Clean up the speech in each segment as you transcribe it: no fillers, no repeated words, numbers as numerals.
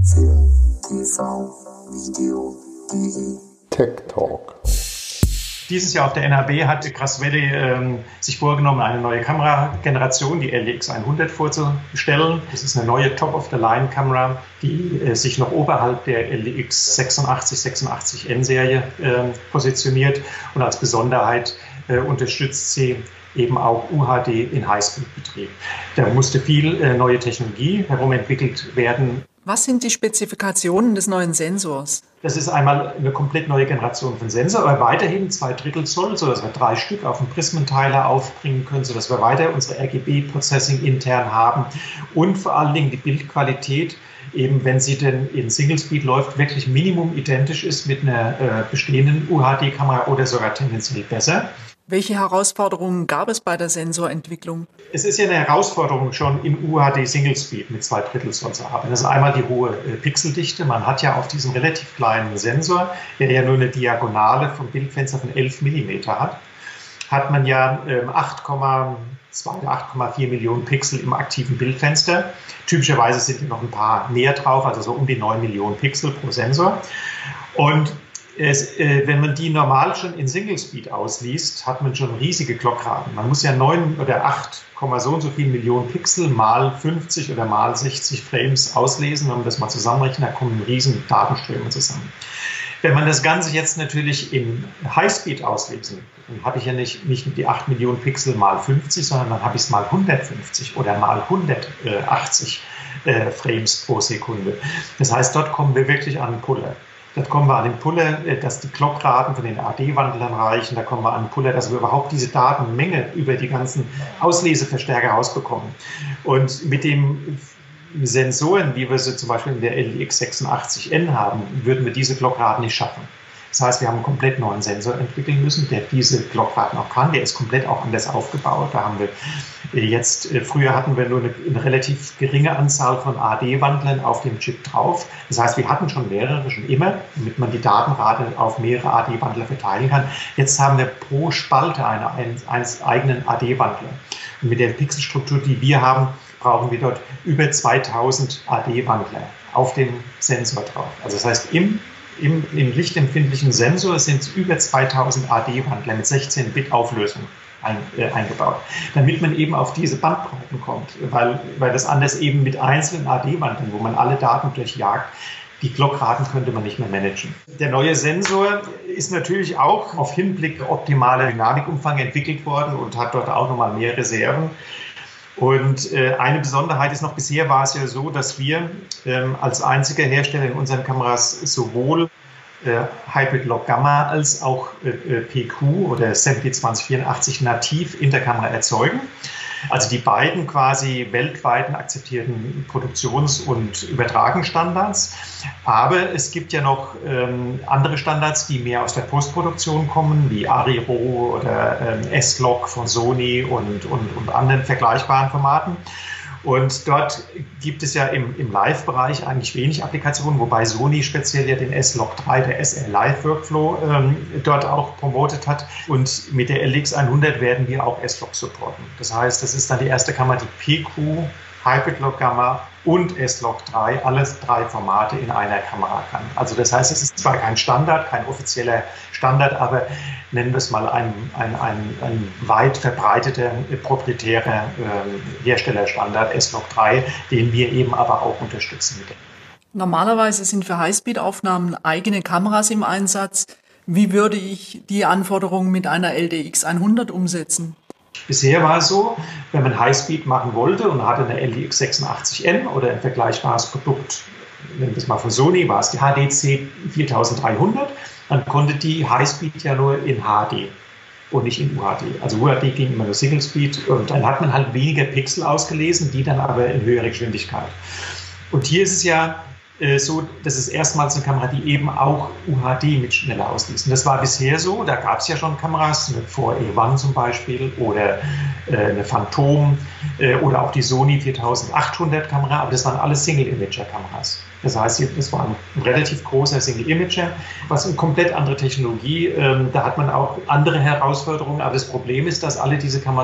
Tech Talk. Dieses Jahr auf der NAB hat Crasvelli sich vorgenommen, eine neue Kamerageneration, die LDX100, vorzustellen. Das ist eine neue Top-of-the-Line-Kamera, die sich noch oberhalb der LDX 86N-Serie positioniert. Und als Besonderheit unterstützt sie eben auch UHD in Highspeed-Betrieb. Da musste viel neue Technologie herumentwickelt werden. Was sind die Spezifikationen des neuen Sensors? Das ist einmal eine komplett neue Generation von Sensor, aber weiterhin 2/3 Zoll, sodass wir 3 Stück auf dem Prismenteiler aufbringen können, sodass wir weiter unsere RGB-Processing intern haben und vor allen Dingen die Bildqualität, eben wenn sie denn in Single Speed läuft, wirklich minimum identisch ist mit einer bestehenden UHD-Kamera oder sogar tendenziell besser. Welche Herausforderungen gab es bei der Sensorentwicklung? Es ist ja eine Herausforderung, schon in UHD Single Speed mit 2/3 Zoll zu arbeiten. Das ist einmal die hohe Pixeldichte. Man hat ja auf diesem relativ kleinen Sensor, der ja nur eine Diagonale vom Bildfenster von 11 mm hat man ja 8,4 Millionen Pixel im aktiven Bildfenster. Typischerweise sind noch ein paar näher drauf, also so um die 9 Millionen Pixel pro Sensor. Und wenn man die normal schon in Single Speed ausliest, hat man schon riesige Clockraten. Man muss ja 9 oder 8, so und so viel Millionen Pixel mal 50 oder mal 60 Frames auslesen. Wenn man das mal zusammenrechnet, da kommen riesen Datenströme zusammen. Wenn man das Ganze jetzt natürlich in Highspeed auslesen, dann habe ich ja nicht die 8 Millionen Pixel mal 50, sondern dann habe ich es mal 150 oder mal 180 Frames pro Sekunde. Das heißt, dort kommen wir wirklich an den Puller. Da kommen wir an den Puller, dass die Clockraten von den AD-Wandlern reichen. Da kommen wir an den Puller, dass wir überhaupt diese Datenmenge über die ganzen Ausleseverstärker rausbekommen. Und mit den Sensoren, wie wir sie zum Beispiel in der LDX 86N haben, würden wir diese Clockraten nicht schaffen. Das heißt, wir haben einen komplett neuen Sensor entwickeln müssen, der diese Clockraten auch kann. Der ist komplett auch anders aufgebaut. Da haben wir früher hatten wir nur eine relativ geringe Anzahl von AD-Wandlern auf dem Chip drauf. Das heißt, wir hatten schon mehrere, schon immer, damit man die Datenrate auf mehrere AD-Wandler verteilen kann. Jetzt haben wir pro Spalte einen eigenen AD-Wandler. Und mit der Pixelstruktur, die wir haben, brauchen wir dort über 2000 AD-Wandler auf dem Sensor drauf. Also das heißt, im lichtempfindlichen Sensor sind über 2000 AD-Wandler mit 16-Bit Auflösung eingebaut, damit man eben auf diese Bandbreiten kommt, weil das anders eben mit einzelnen AD-Wandlern, wo man alle Daten durchjagt, die Clockraten könnte man nicht mehr managen. Der neue Sensor ist natürlich auch auf Hinblick optimaler Dynamikumfang entwickelt worden und hat dort auch nochmal mehr Reserven. Und eine Besonderheit ist noch, bisher war es ja so, dass wir als einziger Hersteller in unseren Kameras sowohl Hybrid Log Gamma als auch PQ oder SMPTE 2084 nativ in der Kamera erzeugen. Also die beiden quasi weltweiten akzeptierten Produktions- und Übertragungsstandards. Aber es gibt ja noch andere Standards, die mehr aus der Postproduktion kommen, wie ARRI-RAW oder S-Log von Sony und anderen vergleichbaren Formaten. Und dort gibt es ja im Live-Bereich eigentlich wenig Applikationen, wobei Sony speziell ja den S-Log 3, der SL Live Workflow, dort auch promotet hat. Und mit der LDX100 werden wir auch S-Log supporten. Das heißt, das ist dann die erste Kamera, die PQ, Hybrid Log Gamma und S-Log 3, alles 3 Formate in einer Kamera kann. Also das heißt, es ist zwar kein Standard, kein offizieller Standard, aber nennen wir es mal ein weit verbreiteter proprietärer Herstellerstandard S-Log 3, den wir eben aber auch unterstützen. Normalerweise sind für Highspeed-Aufnahmen eigene Kameras im Einsatz. Wie würde ich die Anforderungen mit einer LDX100 umsetzen? Bisher war es so, wenn man Highspeed machen wollte und hatte eine LDX 86N oder ein vergleichbares Produkt, nennen wir es mal von Sony, war es die HDC 4300, dann konnte die Highspeed ja nur in HD und nicht in UHD. Also UHD ging immer nur Single Speed und dann hat man halt weniger Pixel ausgelesen, die dann aber in höherer Geschwindigkeit. Und hier ist es ja so, das ist erstmals eine Kamera, die eben auch UHD mit schneller ausliest. Und das war bisher so, da gab es ja schon Kameras, eine 4A1 zum Beispiel oder eine Phantom oder auch die Sony 4800 Kamera, aber das waren alles Single-Imager-Kameras. Das heißt, das war ein relativ großer Single-Imager, was eine komplett andere Technologie, da hat man auch andere Herausforderungen, aber das Problem ist, dass alle diese Kameras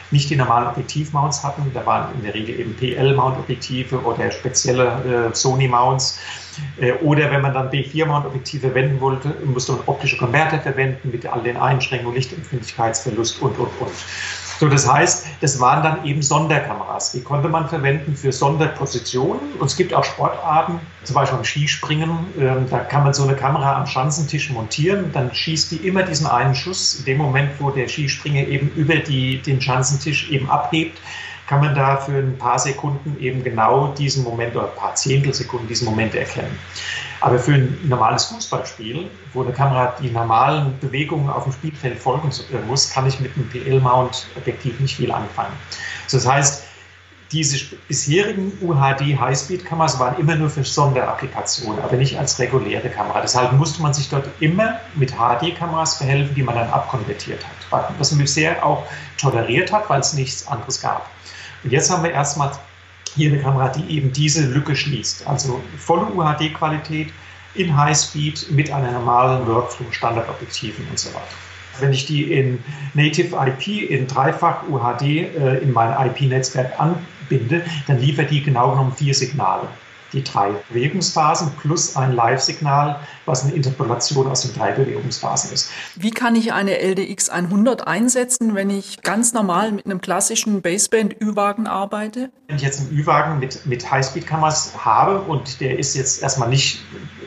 nicht die normalen Objektiv-Mounts hatten. Da waren in der Regel eben PL-Mount-Objektive oder spezielle Sony-Mounts. Oder wenn man dann B4-Mount-Objektive verwenden wollte, musste man optische Konverter verwenden mit all den Einschränkungen, Lichtempfindlichkeitsverlust und. So, das heißt, das waren dann eben Sonderkameras. Die konnte man verwenden für Sonderpositionen. Und es gibt auch Sportarten, zum Beispiel beim Skispringen. Da kann man so eine Kamera am Schanzentisch montieren. Dann schießt die immer diesen einen Schuss. In dem Moment, wo der Skispringer eben über den Schanzentisch eben abhebt, kann man da für ein paar Sekunden eben genau diesen Moment oder ein paar Zehntelsekunden diesen Moment erkennen. Aber für ein normales Fußballspiel, wo eine Kamera die normalen Bewegungen auf dem Spielfeld folgen muss, kann ich mit einem PL-Mount-Objektiv nicht viel anfangen. Das heißt, diese bisherigen UHD-Highspeed-Kameras waren immer nur für Sonderapplikationen, aber nicht als reguläre Kamera. Deshalb musste man sich dort immer mit HD-Kameras verhelfen, die man dann abkonvertiert hat. Was man bisher auch toleriert hat, weil es nichts anderes gab. Und jetzt haben wir erstmal hier eine Kamera, die eben diese Lücke schließt. Also volle UHD-Qualität in Highspeed mit einer normalen Workflow, Standardobjektiven und so weiter. Wenn ich die in Native IP in dreifach UHD in mein IP-Netzwerk anbinde, dann liefert die genau genommen 4 Signale. Die 3 Bewegungsphasen plus ein Live-Signal, was eine Interpolation aus den 3 Bewegungsphasen ist. Wie kann ich eine LDX 100 einsetzen, wenn ich ganz normal mit einem klassischen Baseband-Ü-Wagen arbeite? Wenn ich jetzt einen Ü-Wagen mit Highspeed-Kameras habe und der ist jetzt erstmal nicht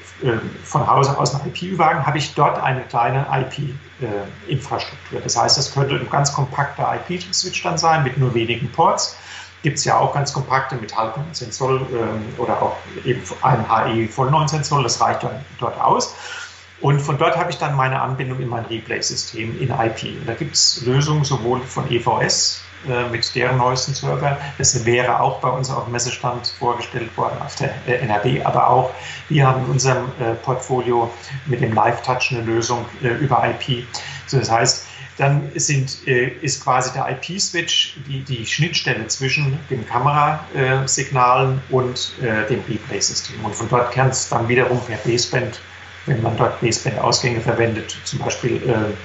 von Hause aus ein IP-Ü-Wagen, habe ich dort eine kleine IP-Infrastruktur. Das heißt, das könnte ein ganz kompakter IP-Switch dann sein mit nur wenigen Ports. Gibt es ja auch ganz kompakte mit halb 19 Zoll oder auch eben einem HE voll 19 Zoll, das reicht dann dort aus. Und von dort habe ich dann meine Anbindung in mein Replay-System in IP. Und da gibt es Lösungen sowohl von EVS mit deren neuesten Server, das wäre auch bei uns auf dem Messestand vorgestellt worden auf der NRB, aber auch wir haben in unserem Portfolio mit dem Live-Touch eine Lösung über IP. So, das heißt, dann ist quasi der IP-Switch die Schnittstelle zwischen den Kamerasignalen und dem Replay-System. Und von dort kann es dann wiederum per Baseband, wenn man dort Baseband-Ausgänge verwendet, zum Beispiel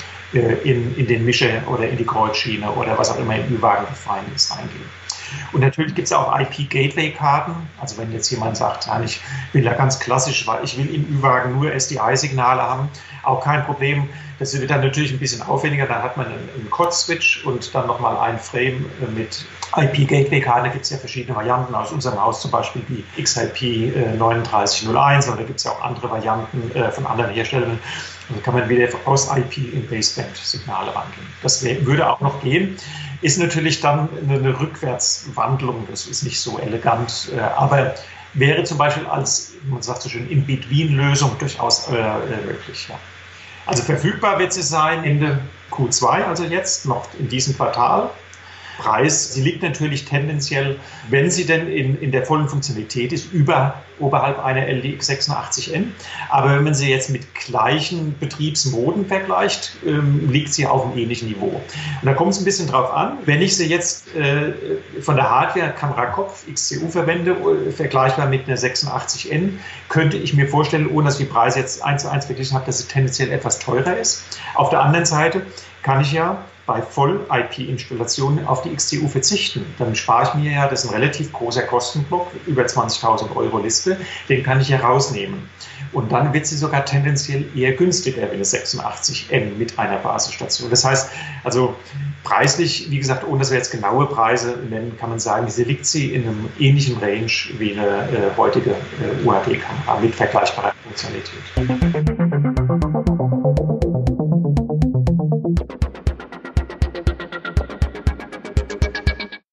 in den Mischer oder in die Kreuzschiene oder was auch immer im Ü-Wagen gefallen ist, reingehen. Und natürlich gibt es auch IP-Gateway-Karten. Also wenn jetzt jemand sagt, ich will ja ganz klassisch, weil ich will im Ü-Wagen nur SDI-Signale haben, auch kein Problem. Das wird dann natürlich ein bisschen aufwendiger. Dann hat man einen COD-Switch und dann nochmal ein Frame mit IP-Gateway-Karten. Da gibt es ja verschiedene Varianten. Aus unserem Haus zum Beispiel die XIP 3901. Und da gibt es ja auch andere Varianten von anderen Herstellern. Also kann man wieder aus IP in Baseband-Signale rangehen. Das würde auch noch gehen. Ist natürlich dann eine Rückwärtswandlung. Das ist nicht so elegant. Aber wäre zum Beispiel als, man sagt so schön, In-Between-Lösung durchaus möglich. Ja. Also verfügbar wird sie sein Ende Q2, also jetzt noch in diesem Quartal. Preis, sie liegt natürlich tendenziell, wenn sie denn in der vollen Funktionalität ist, oberhalb einer LDX 86N. Aber wenn man sie jetzt mit gleichen Betriebsmoden vergleicht, liegt sie auf einem ähnlichen Niveau. Und da kommt es ein bisschen drauf an, wenn ich sie jetzt von der Hardware Kamerakopf XCU verwende, vergleichbar mit einer 86N, könnte ich mir vorstellen, ohne dass ich die Preise jetzt 1:1 verglichen habe, dass sie tendenziell etwas teurer ist. Auf der anderen Seite kann ich ja bei Voll-IP-Installationen auf die XCU verzichten. Dann spare ich mir ja, das ist ein relativ großer Kostenblock, über 20.000 € Liste, den kann ich ja rausnehmen. Und dann wird sie sogar tendenziell eher günstiger, wenn es 86N mit einer Basisstation. Das heißt, also preislich, wie gesagt, ohne dass wir jetzt genaue Preise nennen, kann man sagen, diese liegt sie in einem ähnlichen Range wie eine heutige UHD-Kamera mit vergleichbarer Funktionalität.